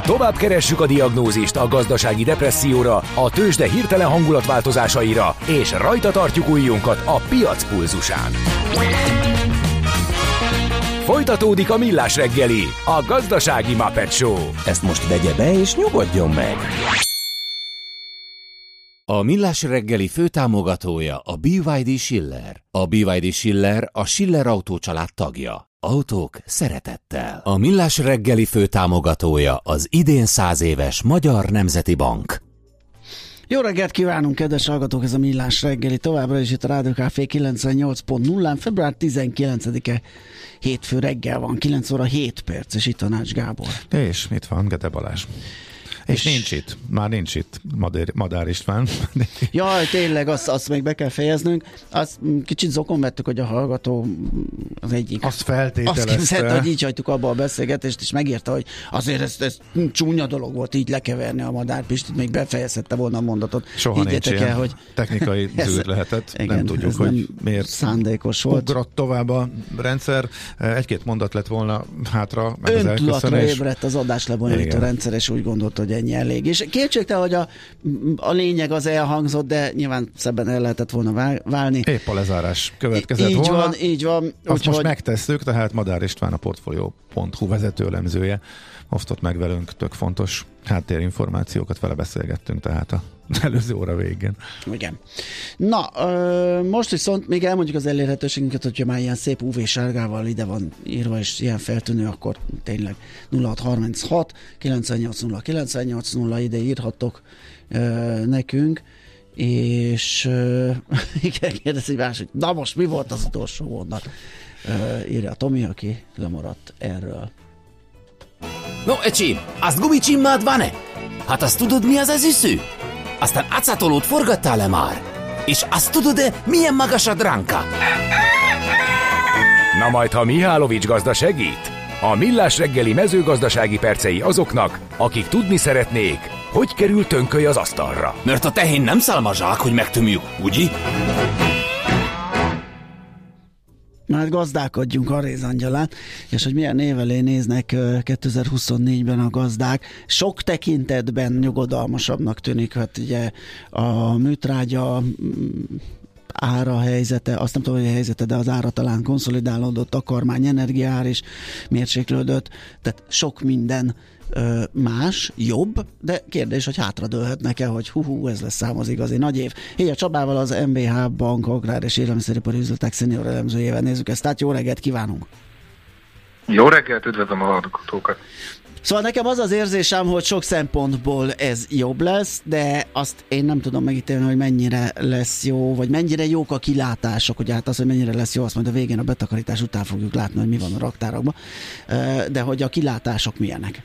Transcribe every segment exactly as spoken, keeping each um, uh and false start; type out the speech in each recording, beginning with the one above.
Tovább keressük a diagnózist a gazdasági depresszióra, a tőzsde hirtelen hangulatváltozásaira, és rajta tartjuk ujjunkat a piac pulzusán. Folytatódik a Millás reggeli, a gazdasági Muppet Show. Ezt most vegye be és nyugodjon meg! A Millás reggeli főtámogatója a bé vé dé Schiller. A bé vé dé Schiller a Schiller Autó család tagja. Autók szeretettel. A Millás reggeli főtámogatója az idén száz éves Magyar Nemzeti Bank. Jó reggelt kívánunk, kedves hallgatók, ez a Millás reggeli. Továbbra is itt a Rádió Café kilencvennyolc pont nullán, február tizenkilencedike hétfő reggel van, kilenc óra hét perc, és itt a Nács Gábor. És itt van Gede Balázs. És, és nincs itt, már nincs itt Madár, Madár István. Jaj, tényleg, azt, azt még be kell fejeznünk. Azt kicsit zokon vettük, hogy a hallgató az egyik. Azt feltételezte. Azt képzelte, hogy így hagytuk abba a beszélgetést, és megírta, hogy azért ez, ez csúnya dolog volt így lekeverni a Madár Pistit, még befejezhette volna a mondatot. Soha így nincs ilyen, el, hogy technikai zűr lehetett, igen, nem tudjuk, hogy nem miért szándékos volt. Ugrott tovább a rendszer, egy-két mondat lett volna hátra, meg az öntudatra ébredt az adás lebonyolító rendszer, és úgy gondolt, hogy ennyi elég. És kétségtelen, hogy a, a lényeg az elhangzott, de nyilván szebben el lehetett volna válni. Épp a lezárás következett így volna. Van, így van. Azt úgyhogy... most megtesszük, tehát Madár István, a Portfolio pont hu vezetőelemzője osztott meg velünk tök fontos háttérinformációkat, vele beszélgettünk tehát a előző óra végén. Igen. Na, ö, most viszont még elmondjuk az elérhetőségünket, hogyha már ilyen szép ú vé-sárgával ide van írva, és ilyen feltűnő, akkor tényleg nulla hat harminchat kilencvennyolc nulla kilencvennyolc nulla ide írhattok ö, nekünk, és ö, igen, kérdezi más, hogy na most mi volt az utolsó mondat? Ö, írja a Tomi, aki lemaradt erről. No, ecsi, azt gumicsimmád van-e? Hát azt tudod, mi az az üsző? Aztán acatolót forgattál-e már? És azt tudod-e, milyen magas a dránka? Na majd, ha Mihálovics gazda segít? A Millás reggeli mezőgazdasági percei azoknak, akik tudni szeretnék, hogy kerül tönköly az asztalra. Mert a tehén nem szálmazsák, hogy megtömjük, ugye? Már gazdálkodjunk a rézangyalán, és hogy milyen névelé néznek kétezer-huszonnégyben a gazdák. Sok tekintetben nyugodalmasabbnak tűnik, hát ugye a műtrágya ára helyzete, azt nem tudom, hogy a helyzete, de az ára talán konszolidálódott, takarmány, energiaár is mérséklődött, tehát sok minden ö, más, jobb, de kérdés, hogy hátradőlhetnek-e, hogy hú, ez lesz szám az igazi nagy év. Héja Csabával, az em bé há Bank Agrár és Élelmiszeripari Üzletek szenior elemzőjével nézzük ezt, tehát jó reggelt kívánunk! Jó reggelt, üdvözlöm a hallgatókat! Szóval nekem az az érzésem, hogy sok szempontból ez jobb lesz, de azt én nem tudom megítélni, hogy mennyire lesz jó, vagy mennyire jók a kilátások, hogy hát az, hogy mennyire lesz jó, azt majd a végén a betakarítás után fogjuk látni, hogy mi van a raktárakban, de hogy a kilátások milyenek.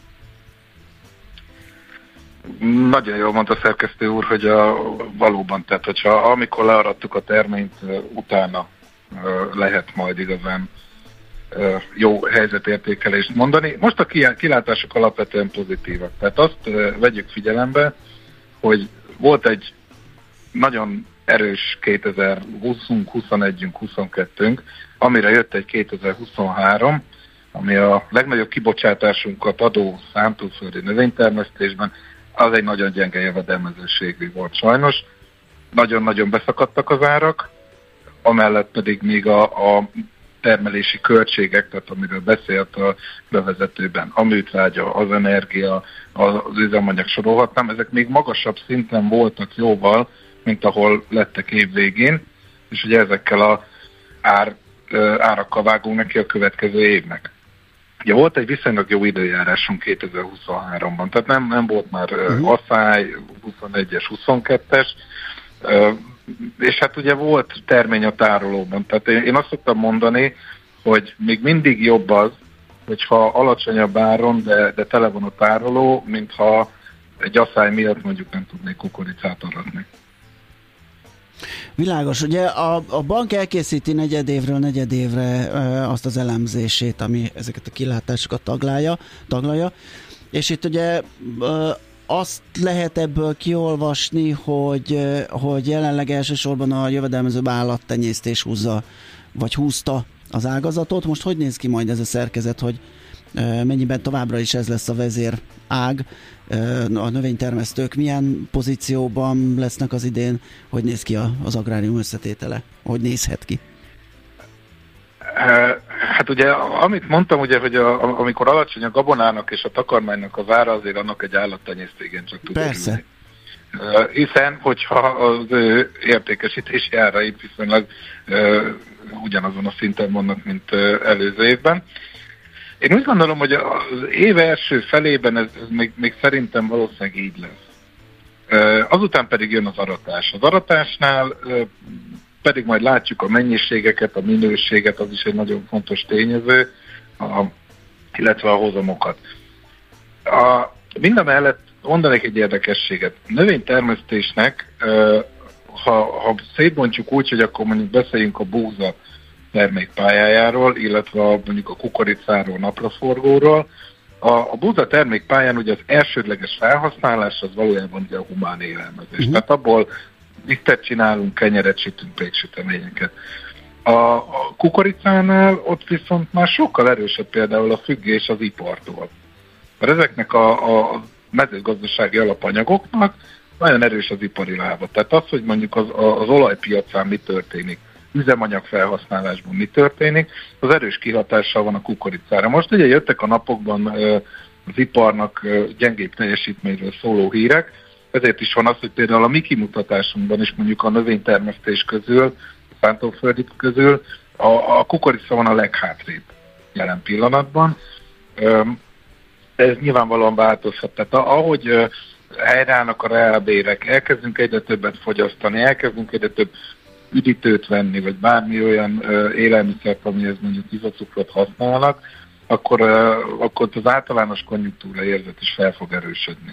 Nagyon jól mondta a szerkesztő úr, hogy a, valóban, tehát hogyha amikor learadtuk a terményt, utána lehet majd igazán jó helyzetértékelést mondani. Most a kilátások alapvetően pozitívak. Tehát azt vegyük figyelembe, hogy volt egy nagyon erős kétezer-húszunk, huszonegyünk, huszonkettőnk, amire jött egy kétezer-huszonhárom, ami a legnagyobb kibocsátásunkat adó szántóföldi növénytermesztésben, az egy nagyon gyenge jövedelmezőségű volt sajnos. Nagyon-nagyon beszakadtak az árak, amellett pedig még a, a termelési költségek, tehát amiről beszélt a bevezetőben, a műtrágya, az energia, az üzemanyag sorolhatnám, ezek még magasabb szinten voltak jóval, mint ahol lettek évvégén, és ugye ezekkel a ár, árakkal vágunk neki a következő évnek. Ugye volt egy viszonylag jó időjárásunk kétezer-huszonháromban, tehát nem, nem volt már uh-huh. asszály, huszonegyes, huszonkettes, és hát ugye volt termény a tárolóban. Tehát én, én azt szoktam mondani, hogy még mindig jobb az, hogyha alacsonyabb áron, de, de tele van a tároló, mintha egy asszály miatt mondjuk nem tudnék kukoricát aratni. Világos, ugye a, a bank elkészíti negyedévről negyedévre e, azt az elemzését, ami ezeket a kilátásokat taglalja, taglalja, és itt ugye e, azt lehet ebből kiolvasni, hogy, hogy jelenleg elsősorban a jövedelmezőbb állattenyésztés húzza, vagy húzta az ágazatot. Most hogy néz ki majd ez a szerkezet, hogy mennyiben továbbra is ez lesz a vezér ág, a növénytermesztők milyen pozícióban lesznek az idén, hogy néz ki az agrárium összetétele, hogy nézhet ki? Hát ugye, amit mondtam, ugye, hogy a, amikor alacsony a gabonának és a takarmánynak az ára, azért annak egy állattenyésztő igencsak tud Persze. örülni. Uh, hiszen, hogyha az ő értékesítési árait viszonylag uh, ugyanazon a szinten vannak, mint uh, előző évben. Én úgy gondolom, hogy az év első felében ez, ez még, még szerintem valószínűleg így lesz. Uh, azután pedig jön az aratás. Az aratásnál uh, pedig majd látjuk a mennyiségeket, a minőséget, az is egy nagyon fontos tényező, a, illetve a hozamokat. A, mindamellett mondanék egy érdekességet. A növénytermesztésnek, ha, ha szétbontjuk úgy, hogy akkor mondjuk beszéljünk a búza termékpályájáról, illetve a, mondjuk a kukoricáról, napraforgóról. A, a búza termékpályán ugye az elsődleges felhasználás az valójában ugye a humán élelmezés. Uh-huh. Tehát abból lisztet csinálunk, kenyeret sütünk, péksüteményeket. A, a kukoricánál ott viszont már sokkal erősebb például a függés az ipartól. Mert ezeknek a, a mezőgazdasági alapanyagoknak nagyon erős az ipari lába. Tehát az, hogy mondjuk az, az olajpiacán mi történik, üzemanyag felhasználásban mi történik, az erős kihatással van a kukoricára. Most ugye jöttek a napokban az iparnak gyengébb teljesítményről szóló hírek, ezért is van az, hogy például a mi kimutatásunkban is mondjuk a növénytermesztés közül, a szántóföldi közül a, a kukorica van a leghátrébb jelen pillanatban. Ez nyilvánvalóan változhat. Tehát ahogy helyreállnak a reálbérek, elkezdünk egyre többet fogyasztani, elkezdünk egyre több üdítőt venni, vagy bármi olyan élelmiszert, amihez mondjuk izocukrot használnak, akkor, akkor az általános konjunktúra érzet is fel fog erősödni.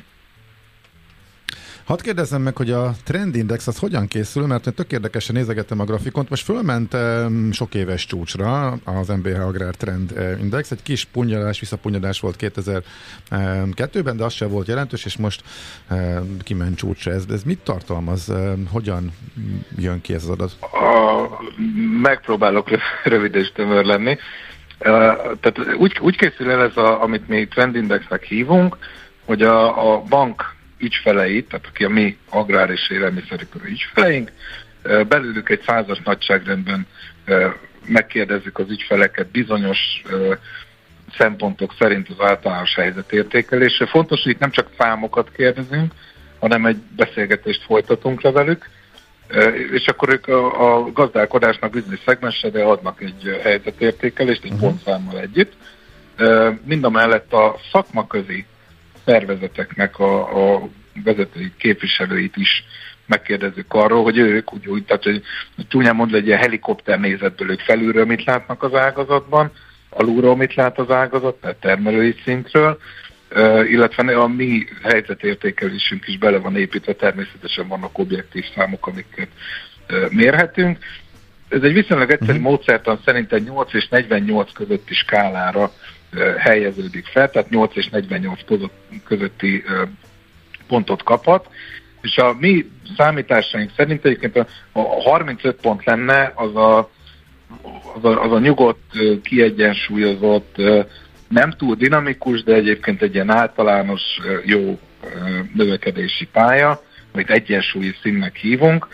Hadd kérdezzem meg, hogy a trendindex az hogyan készül, mert tök érdekesen nézegettem a grafikont. Most fölment sok éves csúcsra az em bé há Agrár Trend Index. Egy kis punnyadás, visszapunnyadás volt kétezer-kettőben, de az sem volt jelentős, és most kiment csúcsra. Ez, ez mit tartalmaz? Hogyan jön ki ez az adat? A, megpróbálok rövid és tömör lenni. Tehát úgy, úgy készül el ez, a, amit mi trendindexnek hívunk, hogy a, a bank ügyfeleit, tehát aki a mi agrár és élelmiszeripari ügyfeleink, belőlük egy százas nagyságrendben megkérdezzük az ügyfeleket bizonyos szempontok szerint az általános helyzetértékelésre. Fontos, hogy itt nem csak számokat kérdezünk, hanem egy beszélgetést folytatunk le velük, és akkor ők a, a gazdálkodásnak bizonyos szegmensre adnak egy helyzetértékelést, egy pontszámmal együtt. Mindamellett a szakmaközi szervezeteknek a, a vezetői képviselőit is megkérdezzük arról, hogy ők úgy, úgy tehát, hogy csúnyán mondva, egy ilyen helikopter nézetből ők felülről mit látnak az ágazatban, alulról mit lát az ágazat, tehát termelői szintről, uh, illetve a mi helyzetértékelésünk is bele van építve, természetesen vannak objektív számok, amiket uh, mérhetünk. Ez egy viszonylag egyszerű uh-huh. módszertan szerintem nyolc és negyvennyolc közötti skálára helyeződik fel, tehát nyolc és negyvennyolc közötti pontot kaphat, és a mi számításaink szerint egyébként a harmincöt pont lenne az a, az a, az a nyugodt, kiegyensúlyozott, nem túl dinamikus, de egyébként egy ilyen általános jó növekedési pálya, amit egyensúlyi színnek hívunk.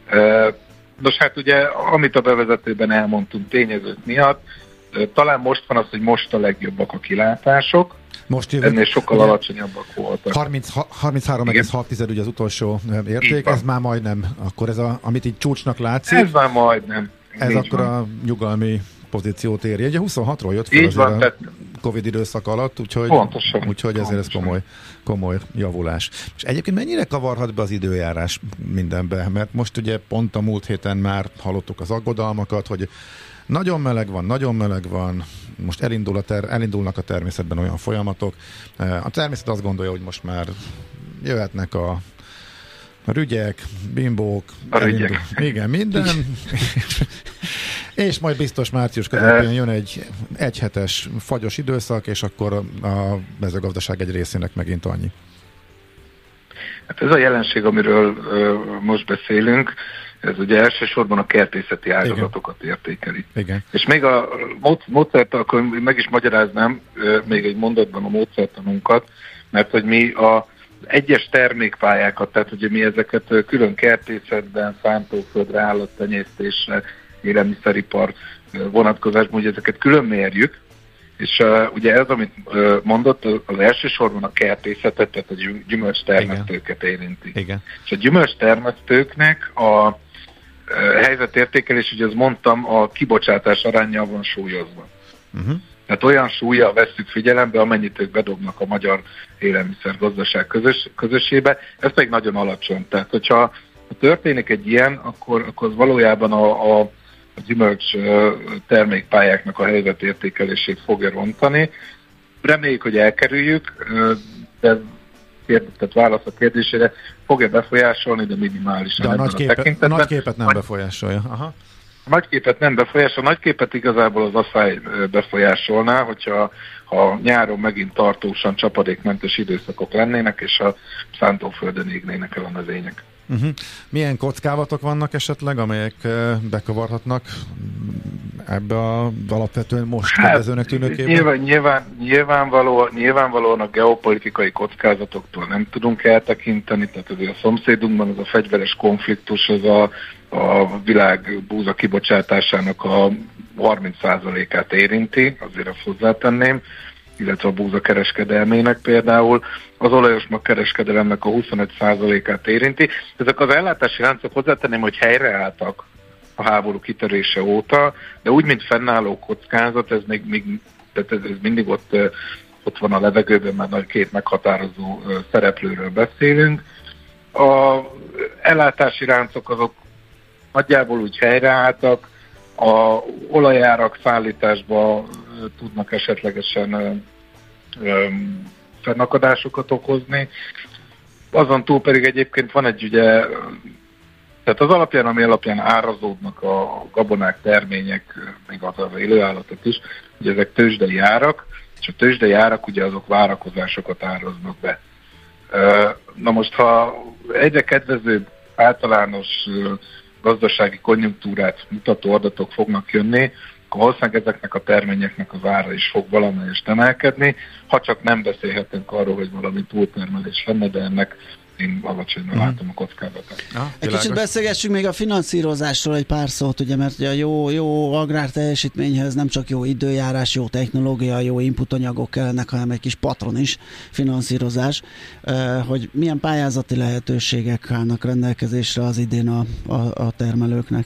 Nos hát ugye, amit a bevezetőben elmondtunk tényezők miatt, talán most van az, hogy most a legjobbak a kilátások, most jövő, ennél sokkal ugye, alacsonyabbak voltak. harminchárom egész hat ugye az utolsó érték, ez már majdnem, akkor ez a, amit így csúcsnak látszik. Ez már majdnem. Ez akkor van. A nyugalmi pozíciót érje. Ugye huszonhatról jött fel azért van, a tehát... Covid időszak alatt, úgyhogy, pontosan, úgyhogy ezért pontosan. Ez komoly, komoly javulás. És egyébként mennyire kavarhat be az időjárás mindenbe? Mert most ugye pont a múlt héten már hallottuk az aggodalmakat, hogy nagyon meleg van, nagyon meleg van, most elindul a ter- elindulnak a természetben olyan folyamatok. A természet azt gondolja, hogy most már jöhetnek a rügyek, bimbók, a rügyek. Igen, minden. És majd biztos március közepén jön egy egyhetes fagyos időszak, és akkor a mezőgazdaság egy részének megint annyi. Hát ez a jelenség, amiről uh, most beszélünk, Ez ugye elsősorban a kertészeti ágazatokat értékeli. Igen. És még a módszert, akkor meg is magyaráznám még egy mondatban a módszertanunkat, mert hogy mi a egyes termékpályákat, tehát ugye mi ezeket külön kertészetben, szántóföldre, állattenyésztésre, élelmiszeripar vonatkozásban, ugye ezeket külön mérjük, és uh, ugye ez, amit uh, mondott, az elsősorban a kertészetet, tehát a gyümölcstermesztőket érinti. Igen. És a gyümölcstermesztőknek a uh, helyzetértékelés, ugye azt mondtam, a kibocsátás aránnyal van súlyozva. Uh-huh. Tehát olyan súllyal vesszük figyelembe, amennyit ők bedobnak a magyar élelmiszergazdaság közös, közössébe, ez pedig nagyon alacsony. Tehát, hogyha történik egy ilyen, akkor, akkor az valójában a, a a gyümölcs termékpályáknak a helyzetértékelését fogja rontani. Reméljük, hogy elkerüljük, de tehát válasz a kérdésére, fogja befolyásolni, de minimálisan. De a nagy, képe, a nagy képet nem befolyásolja. Aha. A nagy képet nem befolyásol, a nagy képet igazából az asszály befolyásolná, hogyha ha nyáron megint tartósan csapadékmentes időszakok lennének, és a szántóföldön égnének el a növények. Uh-huh. Milyen kockázatok vannak esetleg, amelyek bekavarhatnak ebbe az alapvetően most hát, kedvezőnek tűnőkében? Nyilván, nyilván, nyilvánvaló, nyilvánvalóan a geopolitikai kockázatoktól nem tudunk eltekinteni, tehát azért a szomszédunkban az a fegyveres konfliktus, az a, a világ búza kibocsátásának a harminc százalékát érinti, azért azt hozzátenném, illetve a búza kereskedelmének például, az olajos mag kereskedelemnek a huszonöt százalékát érinti. Ezek az ellátási láncok, hozzátenném, hogy helyreálltak a háború kitörése óta, de úgy, mint fennálló kockázat, ez még, még tehát ez, ez mindig ott, ott van a levegőben, mert nagy két meghatározó szereplőről beszélünk. A ellátási láncok azok nagyjából úgy helyreálltak, a olajárak szállításba tudnak esetlegesen fennakadásokat okozni. Azon túl pedig egyébként van egy ugye, tehát az alapján, ami alapján árazódnak a gabonák, termények, még az az élőállatok is, ugye ezek tőzsdei árak, és a tőzsdei árak ugye azok várakozásokat áraznak be. Na most, ha egyre kedvezőbb általános gazdasági konjunktúrát mutató adatok fognak jönni, akkor valószínűleg ezeknek a terményeknek az ára is fog valamelyest emelkedni, ha csak nem beszélhetünk arról, hogy valami túltermelés lenne, de ennek én alacsonyra uh-huh. látom a kockázatát. Ja, egy kicsit beszélgessünk még a finanszírozásról egy pár szót, ugye, mert ugye a jó, jó agrárteljesítményhez nem csak jó időjárás, jó technológia, jó inputanyagok kellenek, hanem egy kis patron is finanszírozás, hogy milyen pályázati lehetőségek állnak rendelkezésre az idén a, a, a termelőknek?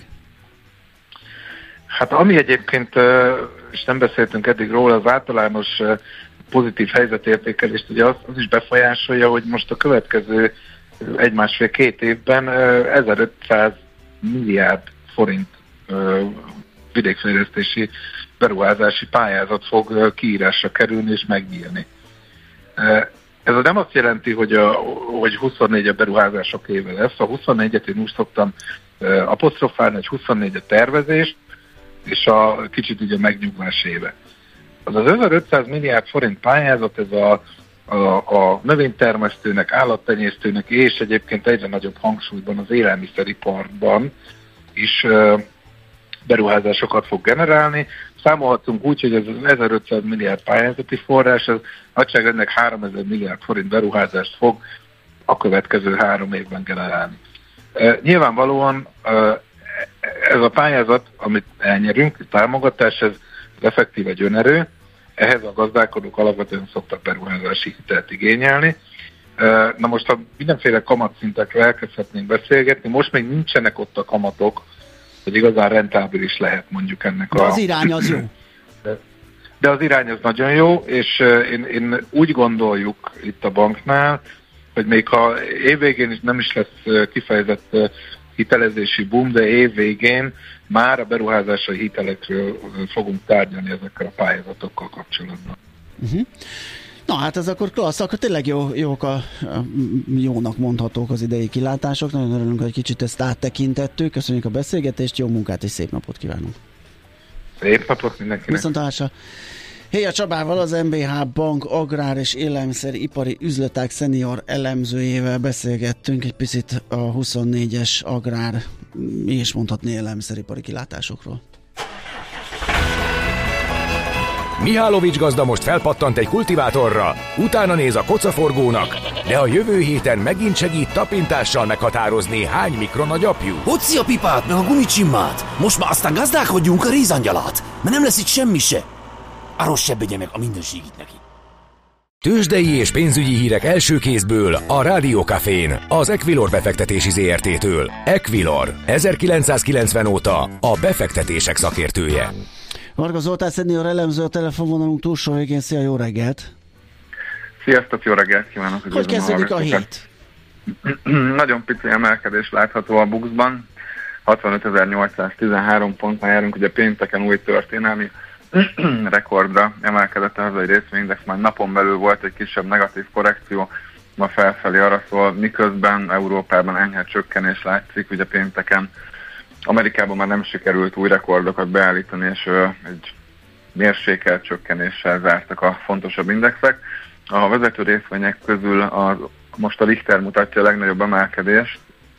Hát ami egyébként, és nem beszéltünk eddig róla, az általános pozitív helyzetértékelést, ugye az, az is befolyásolja, hogy most a következő egy-másfél-két évben ezerötszáz milliárd forint vidékfejlesztési beruházási pályázat fog kiírásra kerülni és megnyílni. Ez nem azt jelenti, hogy, a, hogy huszonnégy a beruházások éve lesz. A huszonnégyet én úgy szoktam apostrofálni, hogy huszonnégy a tervezés, és a kicsit ugye megnyugvás éve. Az az ezerötszáz milliárd forint pályázat, ez a, a, a növénytermesztőnek, állattenyésztőnek és egyébként egyre nagyobb hangsúlyban az élelmiszeriparban is uh, beruházásokat fog generálni. Számolhatunk úgy, hogy ez az ezerötszáz milliárd pályázati forrás, ez nagyságrendnek háromezer milliárd forint beruházást fog a következő három évben generálni. Uh, nyilvánvalóan uh, ez a pályázat, amit elnyerünk, a támogatás, ez effektív egy önerő, ehhez a gazdálkodók alapvetően szoktak beruházási hitelt igényelni. Na most, ha mindenféle kamatszintekről elkezdhetnénk beszélgetni, most még nincsenek ott a kamatok, hogy igazán rentábilis lehet mondjuk ennek de a... De az irány az jó. De, de az irány az nagyon jó, és én, én úgy gondoljuk itt a banknál, hogy még ha évvégén is nem is lesz kifejezett hitelezési boom, de év végén már a beruházási hitelekről fogunk tárgyalni ezekkel a pályázatokkal kapcsolatban. Uh-huh. Na hát ez akkor klassz, akkor tényleg jó, jók a, jónak mondhatók az idei kilátások. Nagyon örülünk, hogy kicsit ezt áttekintettük. Köszönjük a beszélgetést, jó munkát és szép napot kívánunk! Szép napot mindenkinek! Viszontlátásra! Héja Csabával, az em bé há Bank agrár és élelmiszeripari üzletág szenior elemzőjével beszélgettünk egy picit a huszonnégyes agrár mi is mondhatni élelmiszeripari kilátásokról. Mihálovics gazda most felpattant egy kultivátorra, utána néz a kocaforgónak, de a jövő héten megint segít tapintással meghatározni, hány mikron a gyapjú. Hocsi a pipát, meg a gumicsimmát! Most már aztán gazdálkodjunk a rézangyalát, mert nem lesz itt semmi se. Arról se begye meg a mindenségit neki. Tőzsdei és pénzügyi hírek első kézből a Rádió Cafén, az Equilor befektetési zé er té-től. Equilor, ezerkilencszázkilencven óta a befektetések szakértője. Varga Zoltán szenior elemző a telefonvonalunk túlsó végén. Szia, jó reggelt! Sziasztok, jó reggelt kívánok! Hogy kezdődik a hét? Nagyon pici emelkedés látható a bukszban. hatvanötezer-nyolcszáztizenhárom ponton járunk, ugye pénteken új történelmi rekordra emelkedett a hazai részvényindex, majd napon belül volt egy kisebb negatív korrekció, ma felfelé arra szól, miközben Európában enyhe csökkenés látszik, ugye pénteken Amerikában már nem sikerült új rekordokat beállítani, és ö, egy mérsékelt csökkenéssel zártak a fontosabb indexek. A vezető részvények közül a, most a Richter mutatja a legnagyobb emelkedést,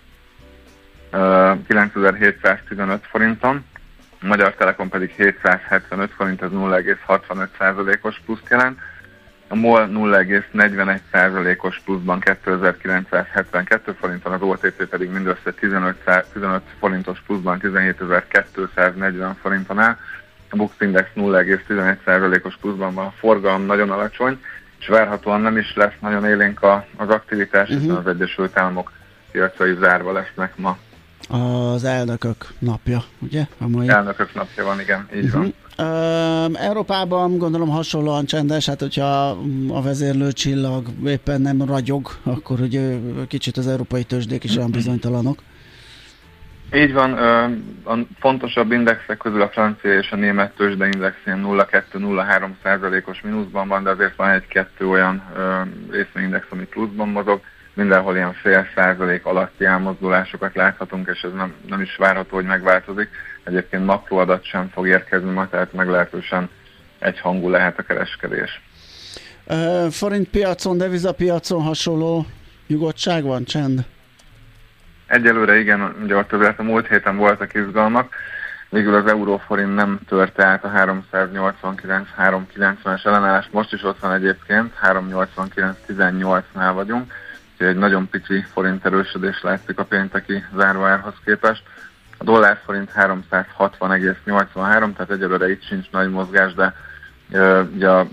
kilencezer-hétszáztizenöt forinton, a Magyar Telekom pedig hétszázhetvenöt forint, ez nulla egész hatvanöt százalékos pluszt jelent. A MOL nulla egész negyvenegy százalékos pluszban kétezer-kilencszázhetvenkettő forinton, az o té pé pedig mindössze tizenöt, tizenöt forintos pluszban tizenhétezer-kétszáznegyven forinton áll. A Bux Index nulla egész tizenegy százalékos pluszban van, a forgalom nagyon alacsony, és várhatóan nem is lesz nagyon élénk a, az aktivitás, hiszen uh-huh. az Egyesült Államok piacai zárva lesznek ma. Az elnökök napja, ugye? A mai... Elnökök napja van, igen, így uh-huh. van. Uh, Európában gondolom hasonlóan csendes, hát hogyha a vezérlő csillag éppen nem ragyog, akkor ugye kicsit az európai tőzsdék is olyan bizonytalanok. Így van, a fontosabb indexek közül a francia és a német tőzsdeindex ilyen nulla egész kettő nulla három százalékos mínuszban van, de azért van egy-kettő olyan részvényindex, ami pluszban mozog, mindenhol ilyen fél százalék alatti elmozdulásokat láthatunk, és ez nem, nem is várható, hogy megváltozik. Egyébként makroadat sem fog érkezni ma, tehát meglehetősen egyhangú lehet a kereskedés. Uh, forint piacon, devizapiacon hasonló nyugodtság van, csend? Egyelőre igen, ugye ott azért a múlt héten voltak izgalmak, végül az euróforint nem törte át a háromszáznyolcvankilenc háromszázkilencvenes ellenállást, most is ott van egyébként, háromszáznyolcvankilenc tizennyolcnál vagyunk, úgyhogy egy nagyon pici forint erősödés látszik a pénteki záróárhoz képest. A dollárforint háromszázhatvan egész nyolcvanhárom, tehát egyelőre itt sincs nagy mozgás, de uh, ugye a,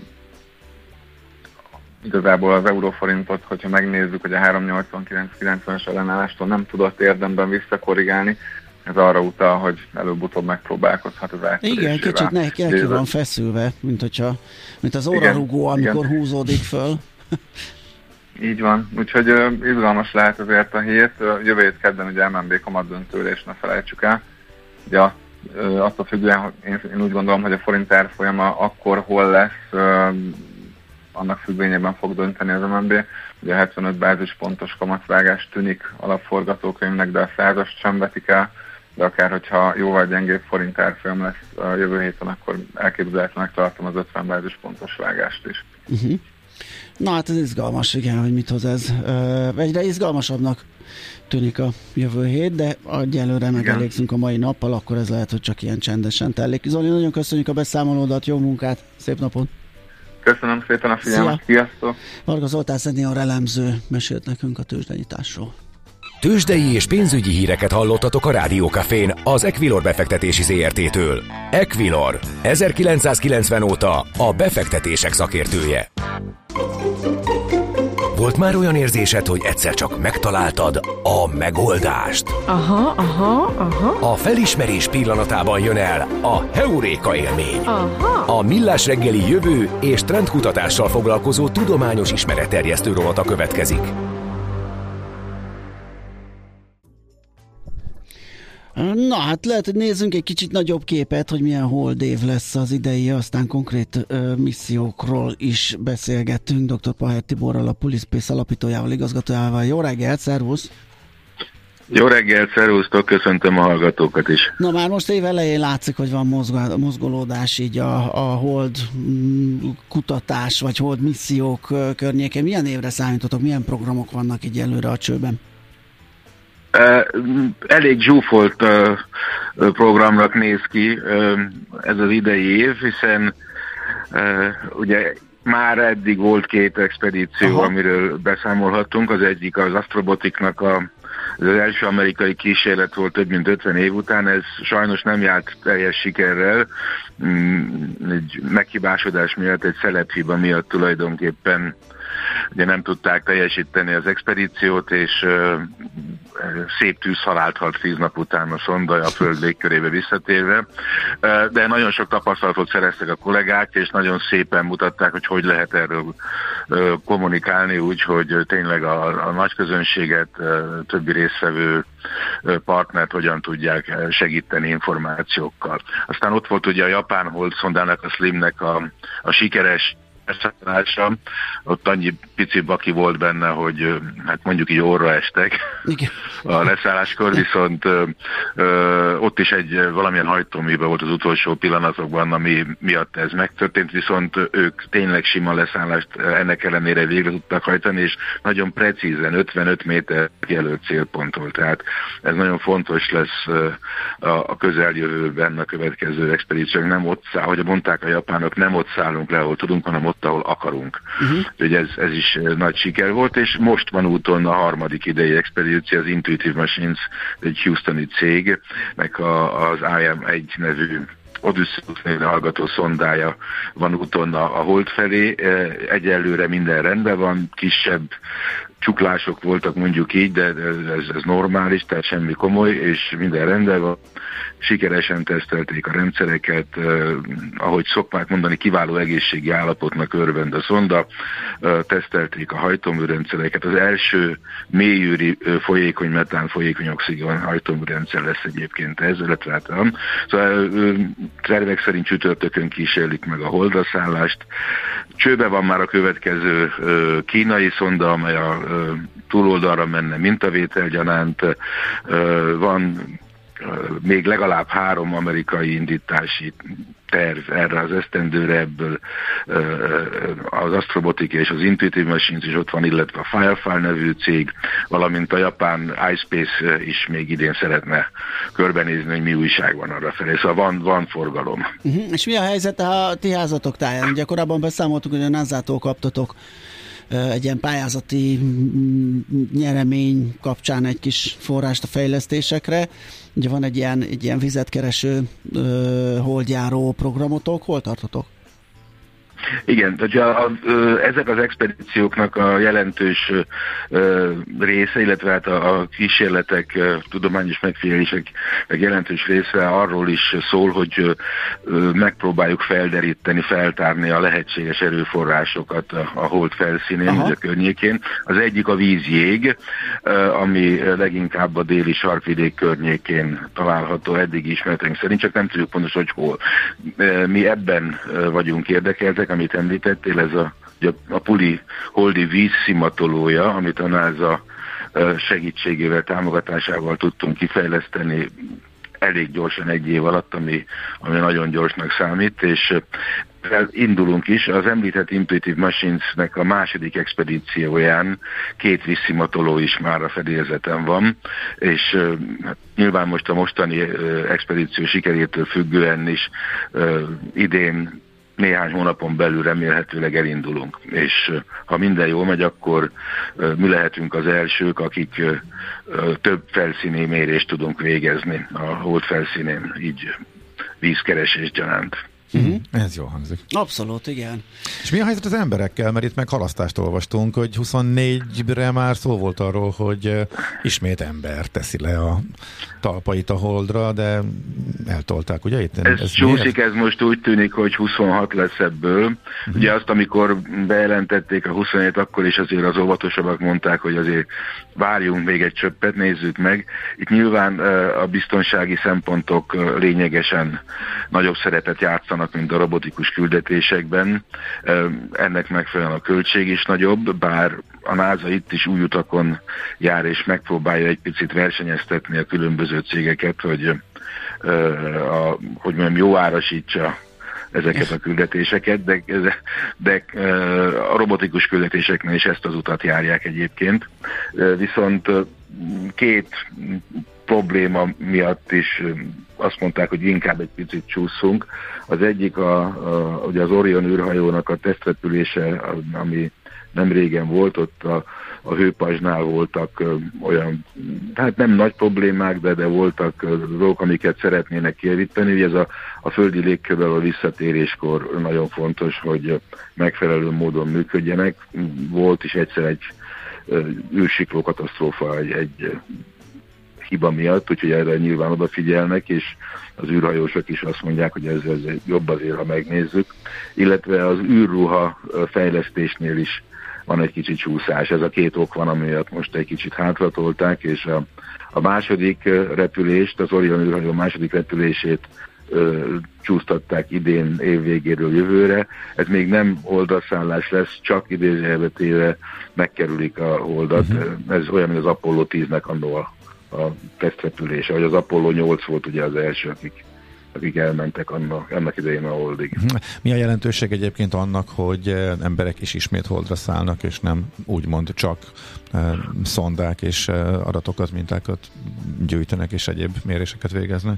igazából az euróforintot, hogyha megnézzük, hogy a háromszáznyolcvankilenc kilencvenes ellenállástól nem tudott érdemben visszakorrigálni, ez arra utal, hogy előbb-utóbb megpróbálkozhat az áttörésével. Igen, kicsit neki, neki van feszülve, mint, hogyha, mint az órarugó, amikor igen. húzódik föl. Így van, úgyhogy uh, izgalmas lehet azért a hét. Uh, jövő hét kedden ugye em en bé kamatdöntőlés, ne felejtsük el. Ugye azt, uh, attól függően, én, én úgy gondolom, hogy a forint árfolyama akkor hol lesz, uh, annak függvényében fog dönteni az em en bé. Ugye a hetvenöt bázispontos kamatvágás tűnik alapforgatókönyvnek, de a százast sem vetik el, de akár hogyha jóval gyengébb forint árfolyam lesz a jövő héten, akkor elképzelhetőnek tartom az ötven bázispontos vágást is. Uh-huh. Na hát ez izgalmas, igen, hogy mit hoz ez. Egyre izgalmasabbnak tűnik a jövő hét, de egyelőre megelégszünk a mai nappal, akkor ez lehet, hogy csak ilyen csendesen telik. Zoli, nagyon köszönjük a beszámolódat, jó munkát, szép napot! Köszönöm szépen a figyelmet, sziasztok! Varga Zoltán szenior elemző mesélt nekünk a tőzsdenyításról. Tőzsdei és pénzügyi híreket hallottatok a Rádió Cafén az Equilor befektetési zé er té-től. Equilor, ezerkilencszázkilencven óta a befektetések szakértője. Volt már olyan érzésed, hogy egyszer csak megtaláltad a megoldást? Aha, aha, aha. A felismerés pillanatában jön el a heuréka élmény. Aha. A Millás reggeli jövő és trendkutatással foglalkozó tudományos ismeretterjesztő rovata következik. Na hát lehet, hogy nézzünk egy kicsit nagyobb képet, hogy milyen hold év lesz az idei, aztán konkrét ö, missziókról is beszélgettünk doktor Paher Tiborral, a Pulispace alapítójával, igazgatójával. Jó reggelt, szervusz! Jó reggelt, szervusztok, köszöntöm a hallgatókat is. Na már most év elején látszik, hogy van mozgá, mozgolódás így a, a hold kutatás, vagy hold missziók környéken. Milyen évre számítotok, milyen programok vannak így előre a csőben? Elég zsúfolt programnak néz ki ez az idei év, hiszen ugye már eddig volt két expedíció, Aha. amiről beszámolhattunk. Az egyik az Astrobotiknak a az első amerikai kísérlet volt több mint ötven év után, ez sajnos nem járt teljes sikerrel, egy meghibásodás miatt, egy szelephiba miatt tulajdonképpen ugye nem tudták teljesíteni az expedíciót, és uh, szép tűzhalált halt tíz nap után a szonda a Föld légkörébe visszatérve, uh, de nagyon sok tapasztalatot szereztek a kollégák, és nagyon szépen mutatták, hogy hogy lehet erről uh, kommunikálni úgy, hogy tényleg a, a nagy közönséget, uh, többi résztvevő uh, partnert hogyan tudják segíteni információkkal. Aztán ott volt ugye a japán holdszondának, a Slimnek a, a sikeres leszállása, ott annyi pici baki volt benne, hogy hát mondjuk így orra estek Igen. a leszálláskor, viszont ö, ö, ott is egy valamilyen hajtóműben volt az utolsó pillanatokban, ami miatt ez megtörtént, viszont ők tényleg sima leszállást ennek ellenére végre tudtak hajtani, és nagyon precízen ötvenöt méter jelölt célpont volt. Tehát ez nagyon fontos lesz a, a közeljövőben a következő expedíciók. Nem ott száll, ahogy mondták a japánok, nem ott szállunk le, ahol tudunk, hanem ott, ahol akarunk. Uh-huh. Úgyhogy ez, ez is nagy siker volt, és most van úton a harmadik idei expedíció, az Intuitive Machines, egy houstoni cég, meg a, az I M egy nevű Odysseus névre hallgató szondája van úton a, a hold felé. Egyelőre minden rendben van, kisebb csuklások voltak mondjuk így, de ez, ez normális, tehát semmi komoly, és minden rendben van. Sikeresen tesztelték a rendszereket, eh, ahogy szokták mondani, kiváló egészségi állapotnak örvend a szonda, eh, tesztelték a hajtóműrendszereket. Az első mélyűri eh, folyékony metán, folyékony oxigén hajtóműrendszer lesz egyébként ez, illetve hát nem. Szóval eh, tervek szerint csütörtökön kísérlik meg a holdra szállást. Csőbe van már a következő eh, kínai szonda, amely a eh, túloldalra menne mintavétel gyanánt. Eh, van még legalább három amerikai indítási terv erre az esztendőre, ebből az Astrobotic és az Intuitive Machines is ott van, illetve a Firefly nevű cég, valamint a japán iSpace is még idén szeretne körbenézni, hogy mi újság van arra felé. Szóval van, van forgalom. Uh-huh. És mi a helyzet a ti házatok táján? Ugye korábban beszámoltuk, hogy a NASA-tól kaptatok egy ilyen pályázati nyeremény kapcsán egy kis forrást a fejlesztésekre. Ugye van egy ilyen, egy ilyen vizetkereső holdjáró programotok. Hol tartotok? Igen, tehát a, a, ezek az expedícióknak a jelentős ö, része, illetve hát a, a kísérletek, ö, tudományos megfigyelések jelentős része arról is szól, hogy ö, megpróbáljuk felderíteni, feltárni a lehetséges erőforrásokat a, a hold felszínén, vagy a környékén. Az egyik a vízjég, ö, ami leginkább a déli sarkvidék környékén található eddig ismereteink szerint, csak nem tudjuk pontosan, hogy hol. Mi ebben vagyunk érdekeltek, amit említettél, ez a, a Puli holdi vízszimatolója, amit a NASA segítségével, támogatásával tudtunk kifejleszteni elég gyorsan egy év alatt, ami, ami nagyon gyorsnak számít, és indulunk is. Az említett Intuitive Machines-nek a második expedícióján két vízszimatoló is már a fedélzeten van, és hát, nyilván most a mostani expedíció sikerétől függően is idén néhány hónapon belül remélhetőleg elindulunk, és ha minden jól megy, akkor mi lehetünk az elsők, akik több felszíni mérést tudunk végezni a hold felszínén, így vízkeresés gyanánt. Uh-huh. Ez jó hangzik. Abszolút, igen. És mi a helyzet az emberekkel? Mert itt meg halasztást olvastunk, hogy huszonnégyre már szó volt arról, hogy ismét ember teszi le a talpait a holdra, de eltolták, ugye? Itt, ez ez csúszik, ez most úgy tűnik, hogy huszonhat lesz ebből. Uh-huh. Ugye azt, amikor bejelentették a huszonhét, akkor is azért az óvatosabbak mondták, hogy azért várjunk még egy csöppet, nézzük meg. Itt nyilván a biztonsági szempontok lényegesen nagyobb szerepet játszanak, mint a robotikus küldetésekben. Ennek megfelelően a költség is nagyobb, bár a NASA itt is új utakon jár, és megpróbálja egy picit versenyeztetni a különböző cégeket, hogy, a, hogy mondjam, jó árasítsa ezeket a küldetéseket, de, de a robotikus küldetéseknél is ezt az utat járják egyébként. Viszont két probléma miatt is azt mondták, hogy inkább egy picit csúszunk. Az egyik a, a, ugye az Orion űrhajónak a tesztrepülése, ami nem régen volt, ott a, a hőpajzsnál voltak ö, olyan, hát nem nagy problémák, de, de voltak dolgok, amiket szeretnének kijavítani. Ugye ez a, a földi légkörről a visszatéréskor nagyon fontos, hogy megfelelő módon működjenek. Volt is egyszer egy űrsikló katasztrófa, egy, egy hiba miatt, úgyhogy erre nyilván odafigyelnek, és az űrhajósok is azt mondják, hogy ez, ez jobb azért, ha megnézzük. Illetve az űrruha fejlesztésnél is van egy kicsit csúszás. Ez a két ok van, amiatt most egy kicsit hátratolták, és a, a második repülést, az Orion űrhajó második repülését ö, csúsztatták idén évvégéről jövőre. Ez még nem holdaszállás lesz, csak idézőjelbetéve megkerülik a holdat. Uh-huh. Ez olyan, mint az Apollo tíznek annó a, a tesztrepülése, vagy az Apollo nyolc volt ugye az első, akik akik elmentek annak, annak idején a holdig. Mi a jelentőség egyébként annak, hogy emberek is ismét holdra szállnak, és nem úgymond csak uh, szondák és uh, adatokat, mintákat gyűjtenek, és egyéb méréseket végeznek?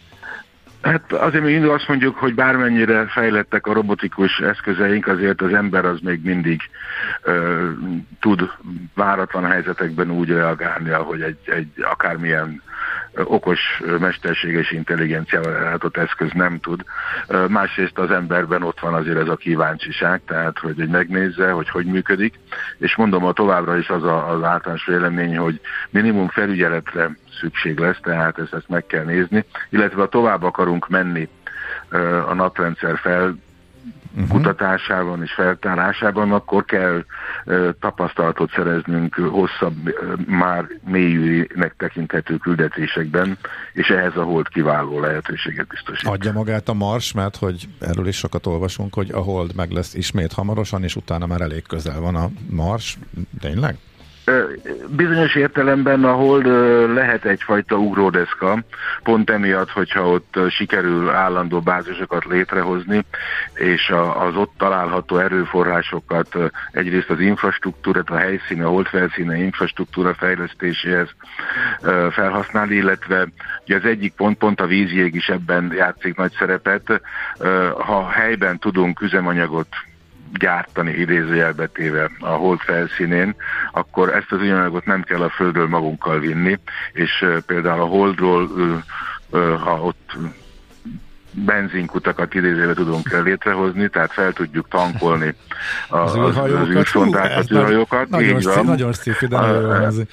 Hát azért még mindig azt mondjuk, hogy bármennyire fejlettek a robotikus eszközeink, azért az ember az még mindig uh, tud váratlan helyzetekben úgy reagálni, ahogy egy, egy akármilyen okos, mesterséges intelligenciával ellátott eszköz nem tud. Másrészt az emberben ott van azért ez a kíváncsiság, tehát hogy egy megnézze, hogy hogy működik, és mondom, a továbbra is az a, az általános vélemény, hogy minimum felügyeletre szükség lesz, tehát ezt, ezt meg kell nézni, illetve ha tovább akarunk menni a naprendszer fel Uh-huh. kutatásában és feltárásában, akkor kell uh, tapasztalatot szereznünk hosszabb, uh, már mélyűnek tekinthető küldetésekben, és ehhez a hold kiváló lehetőséget biztosít. Adja magát a Mars, mert hogy erről is sokat olvasunk, hogy a hold meg lesz ismét hamarosan, és utána már elég közel van a Mars. Tényleg? Bizonyos értelemben a hold lehet egyfajta ugródeszka, pont emiatt, hogyha ott sikerül állandó bázisokat létrehozni, és az ott található erőforrásokat egyrészt az infrastruktúrát, a helyszíne, a hold felszíne infrastruktúra fejlesztéséhez felhasználni, illetve ugye az egyik pont, pont a vízjég is ebben játszik nagy szerepet, ha helyben tudunk üzemanyagot gyártani idézőjelbetéve a hold felszínén, akkor ezt az üzemanyagot nem kell a földről magunkkal vinni, és uh, például a holdról, uh, uh, ha ott benzinkutakat idézőjelbe tudunk létrehozni, tehát fel tudjuk tankolni a, az űrhajókat, az űrszondákat, űrhajókat. Nagyon szép, nagyon szép, de nagyon jól hangzik.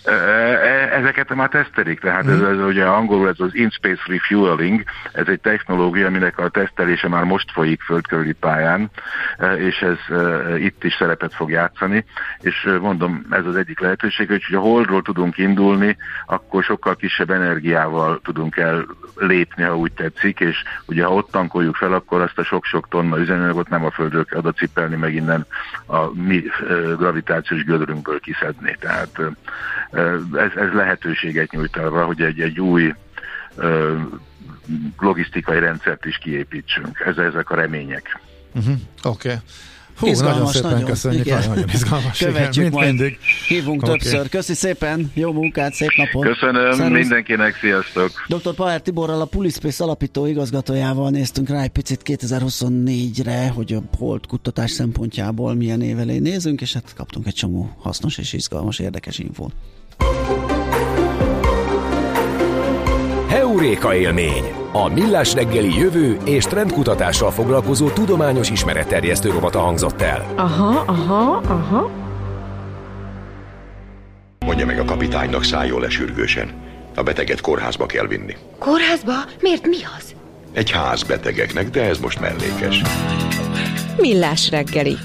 Ezeket már tesztelik, tehát ez, ez ugye angolul ez az in-space refueling, ez egy technológia, aminek a tesztelése már most folyik földkörüli pályán, és ez itt is szerepet fog játszani, és mondom, ez az egyik lehetőség, hogy ha holdról tudunk indulni, akkor sokkal kisebb energiával tudunk ellépni, ha úgy tetszik, és ugye ha ott tankoljuk fel, akkor azt a sok-sok tonna üzemanyagot nem a földről kell oda cipelni, meg innen a mi gravitációs gödrünkből kiszedni, tehát Ez, ez lehetőséget nyújt arra, hogy egy, egy új ö, logisztikai rendszert is kiépítsünk. Ez, ezek a remények. Uh-huh. Oké. Okay. Hú, izgalmas, nagyon szépen nagyon, köszönjük, igen. Nagyon izgalmas. Követjük igen, majd, mindig. Hívunk okay. többször. Köszi szépen, jó munkát, szép napot. Köszönöm Szervusz. Mindenkinek, sziasztok. doktor Pauer Tiborral, a Pulispace alapító igazgatójával néztünk rá egy picit kétezer-huszonnégyre, hogy a hold kutatás szempontjából milyen év elé nézünk, és hát kaptunk egy csomó hasznos és izgalmas, érdekes infót. Heuréka élmény, a Millás reggeli jövő és trendkutatással foglalkozó tudományos ismeretterjesztő rovata hangzott el. Aha, aha, aha. Mondja meg a kapitánynak, szálljon le sürgősen. A beteget kórházba kell vinni. Kórházba? Miért, mi az? Egy ház betegeknek, de ez most mellékes. Millás reggeli.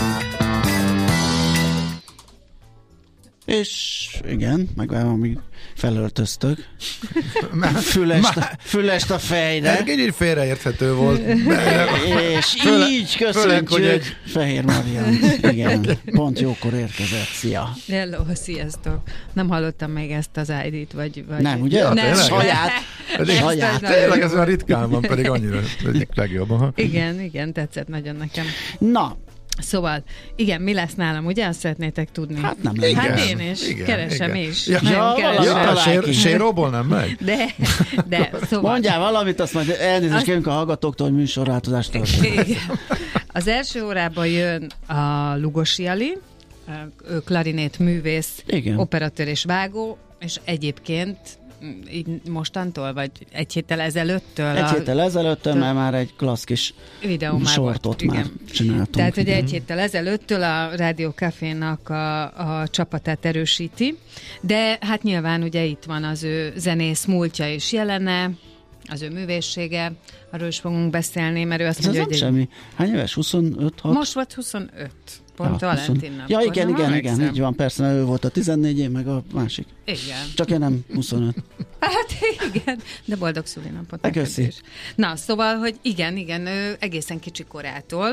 És igen, megvárom, amíg felöltöztök. Fülest, fülest a fejre. Egy félreérthető volt. És főle, így köszönjük főleg, egy... Fehér Marian. Igen, pont jókor érkezett. Szia! Hello, sziasztok! Nem hallottam még ezt az í dét, vagy... vagy... Nem, ugye? Nem. Saját. Saját. Tényleg ez már ritkán van, pedig annyira egyik legjobb. Aha. Igen, igen, tetszett nagyon nekem. Na, Szóval, igen, mi lesz nálam, ugye? Azt szeretnétek tudni. Hát nem igen, Hát én is, igen, keresem igen. is. Ja, ja, keresem. Ja, sér, séróból nem megy? De, de, szóval. Mondjál valamit, azt majd elnézést azt... kérünk a hallgatóktól, hogy műsorváltozást történik. Az első órában jön a Lugosi Ali, ő klarinét művész, igen. operatőr és vágó, és egyébként így mostantól, vagy egy héttel ezelőttől? Egy héttel ezelőttől, mert már egy klassz kis videó sortot már, már csináltunk. Tehát, hogy egy héttel ezelőttől a Rádió Cafénak a, a csapatát erősíti, de hát nyilván ugye itt van az ő zenész múltja és jelene, az ő művészsége, arról is fogunk beszélni, mert ő azt ez mondja, hogy... semmi. Hány éves? huszonöt hat Most volt huszonöt. Pont ja, Valentin nap. Ja, igen, igen, igen, így van, persze, ő volt a tizennégy, én meg a másik. Igen. Csak én nem huszonöt. Hát igen, de boldog szülinapot. Köszi. Na, szóval, hogy igen, igen, ő egészen kicsi korától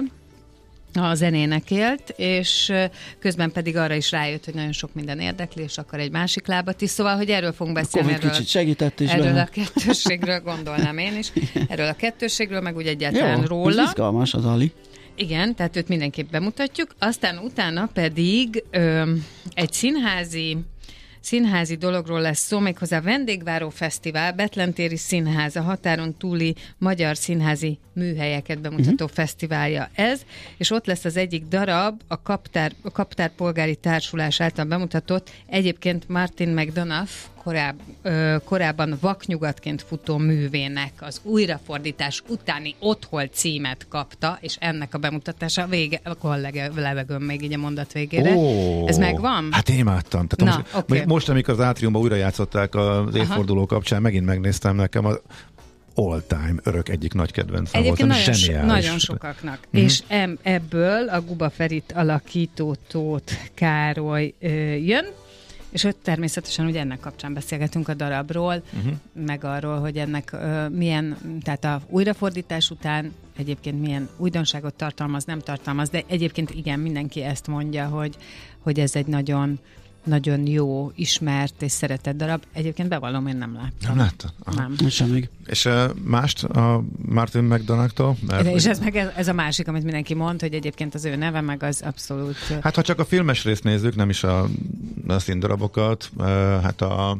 a zenének élt, és közben pedig arra is rájött, hogy nagyon sok minden érdekli, és akar egy másik lábat is. Szóval, hogy erről fogunk beszélni. Erről, kicsit segített is erről bele. A kettősségről gondolnám én is. Erről a kettősségről, meg úgy egyáltalán jó, róla. Jó, izgalmas az Ali. Igen, tehát őt mindenképp bemutatjuk. Aztán utána pedig ö, egy színházi színházi dologról lesz szó, méghozzá a Vendégváró Fesztivál, Betlentéri Színház, a határon túli magyar színházi műhelyeket bemutató uh-huh. fesztiválja ez, és ott lesz az egyik darab, a Kaptár, a Kaptár Polgári Társulás által bemutatott, egyébként Martin McDonough koráb, ö, korábban vaknyugatként futó művének az újrafordítás utáni Otthol címet kapta, és ennek a bemutatása vége, akkor levegőm még így a mondat végére. Oh, ez megvan? Hát én imádtam. Tehát Na, most, okay. most, amikor az Átriumban újra játszották az évforduló kapcsán, megint megnéztem, nekem az all-time örök egyik nagy kedvencem egyébként volt. Nagyon, so, nagyon sokaknak. Mm-hmm. És em, ebből a Guba Ferit alakító Tóth Károly ö, jön, és ott természetesen ugye ennek kapcsán beszélgetünk a darabról, uh-huh. meg arról, hogy ennek ö, milyen, tehát a újrafordítás után egyébként milyen újdonságot tartalmaz, nem tartalmaz, de egyébként igen, mindenki ezt mondja, hogy, hogy ez egy nagyon nagyon jó, ismert és szeretett darab. Egyébként bevallom, én nem láttam. Nem láttam? Nem. Semmig. És uh, mást a Martin McDonagh-tól? És ez meg ez, ez a másik, amit mindenki mond, hogy egyébként az ő neve, meg az abszolút... Hát ha csak a filmes részt nézzük, nem is a, a színdarabokat, uh, hát a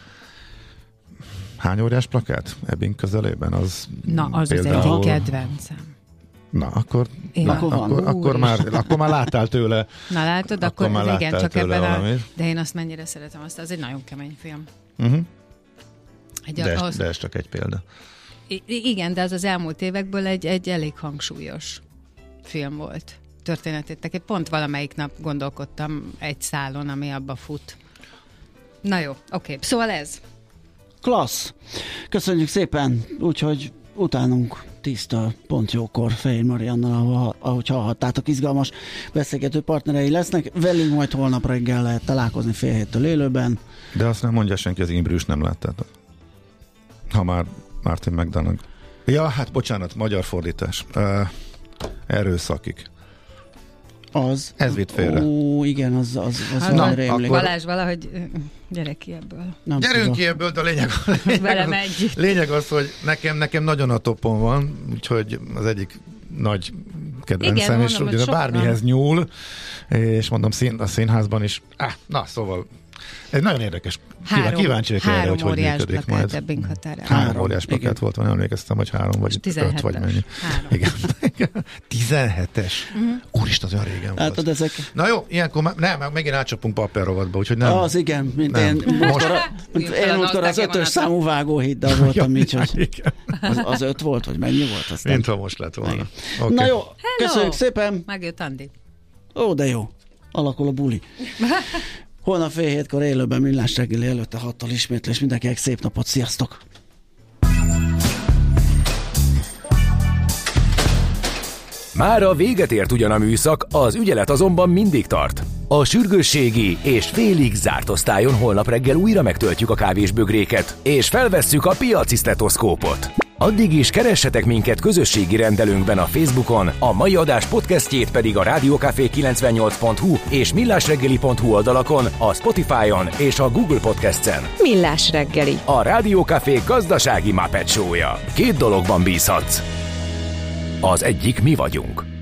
hány óriás plakát Ebbing közelében? Az Na, az például... az egyik kedvencem. Na, akkor, na, akkor, akkor, akkor, már, akkor már láttál tőle. Na látod, akkor, akkor igen, csak ebben a, de én azt mennyire szeretem, azt, az egy nagyon kemény film. Uh-huh. Egy, de, az, de ez csak egy példa. Igen, de az az elmúlt évekből egy, egy elég hangsúlyos film volt. Történetét. Pont valamelyik nap gondolkodtam egy szálon, ami abba fut. Na jó, oké. Okay. Szóval ez. Klassz. Köszönjük szépen. Úgyhogy utánunk tiszta, pont jókor Fehér Mariannal, ahogy hallhattátok, izgalmas beszélgető partnerei lesznek. Velünk majd holnap reggel lehet találkozni fél héttől élőben. De azt nem mondja senki, az Imbrűs nem láttátok. Ha már Martin McDonagh. Ja, hát bocsánat, magyar fordítás. Uh, erőszakig. Az. Ez vitt félre. Ó, igen, az, az, az hát, na, akkor... Balázs, valahogy gyere ki ebből. Nem Gyerünk tudom. ki ebből, de a lényeg, a lényeg, az, lényeg az, hogy nekem, nekem nagyon a topon van, úgyhogy az egyik nagy kedvencem, és ugye bármihez nyúl, és mondom, szín, a színházban is. Ah, na, szóval ez nagyon érdekes. Három, Kíváncsi vagyok erre, hogy hogy működik majd. Három, három óriás plakát volt, van, emlékeztem, hogy három vagy öt vagy mennyi. Igen. tizenhetes. Uh-huh. Úristen, az olyan régen volt. Látod, ezek... Na jó, ilyenkor már, nem, megint átcsapunk papírrovatba, úgyhogy nem. Az igen, mint nem. én. Most, mint én útkor az ötös számú vágóhiddal voltam, így, hogy az, az öt volt, vagy mennyi volt? Aztán... Mint ha most lett volna. Okay. Na jó, köszönjük szépen. Megjött Andi. Ó, de jó. Alakul a buli. Holnap fél hétkor élőben Millás reggeli, előtte hattal ismétlés. Mindenkinek szép napot, sziasztok! Mára véget ért ugyan a műszak, az ügyelet azonban mindig tart. A sürgősségi és félig zárt osztályon holnap reggel újra megtöltjük a kávésbögréket, és felvesszük a piaci sztetoszkópot. Addig is keressetek minket közösségi rendelőnkben a Facebookon, a mai adás podcastjét pedig a rádiókafé kilencvennyolc pont hu és millásreggeli pont hu oldalakon, a Spotify-on és a Google Podcast-en. Millás reggeli. A Rádiókafé gazdasági Muppet show-ja. Két dologban bízhatsz. Az egyik mi vagyunk.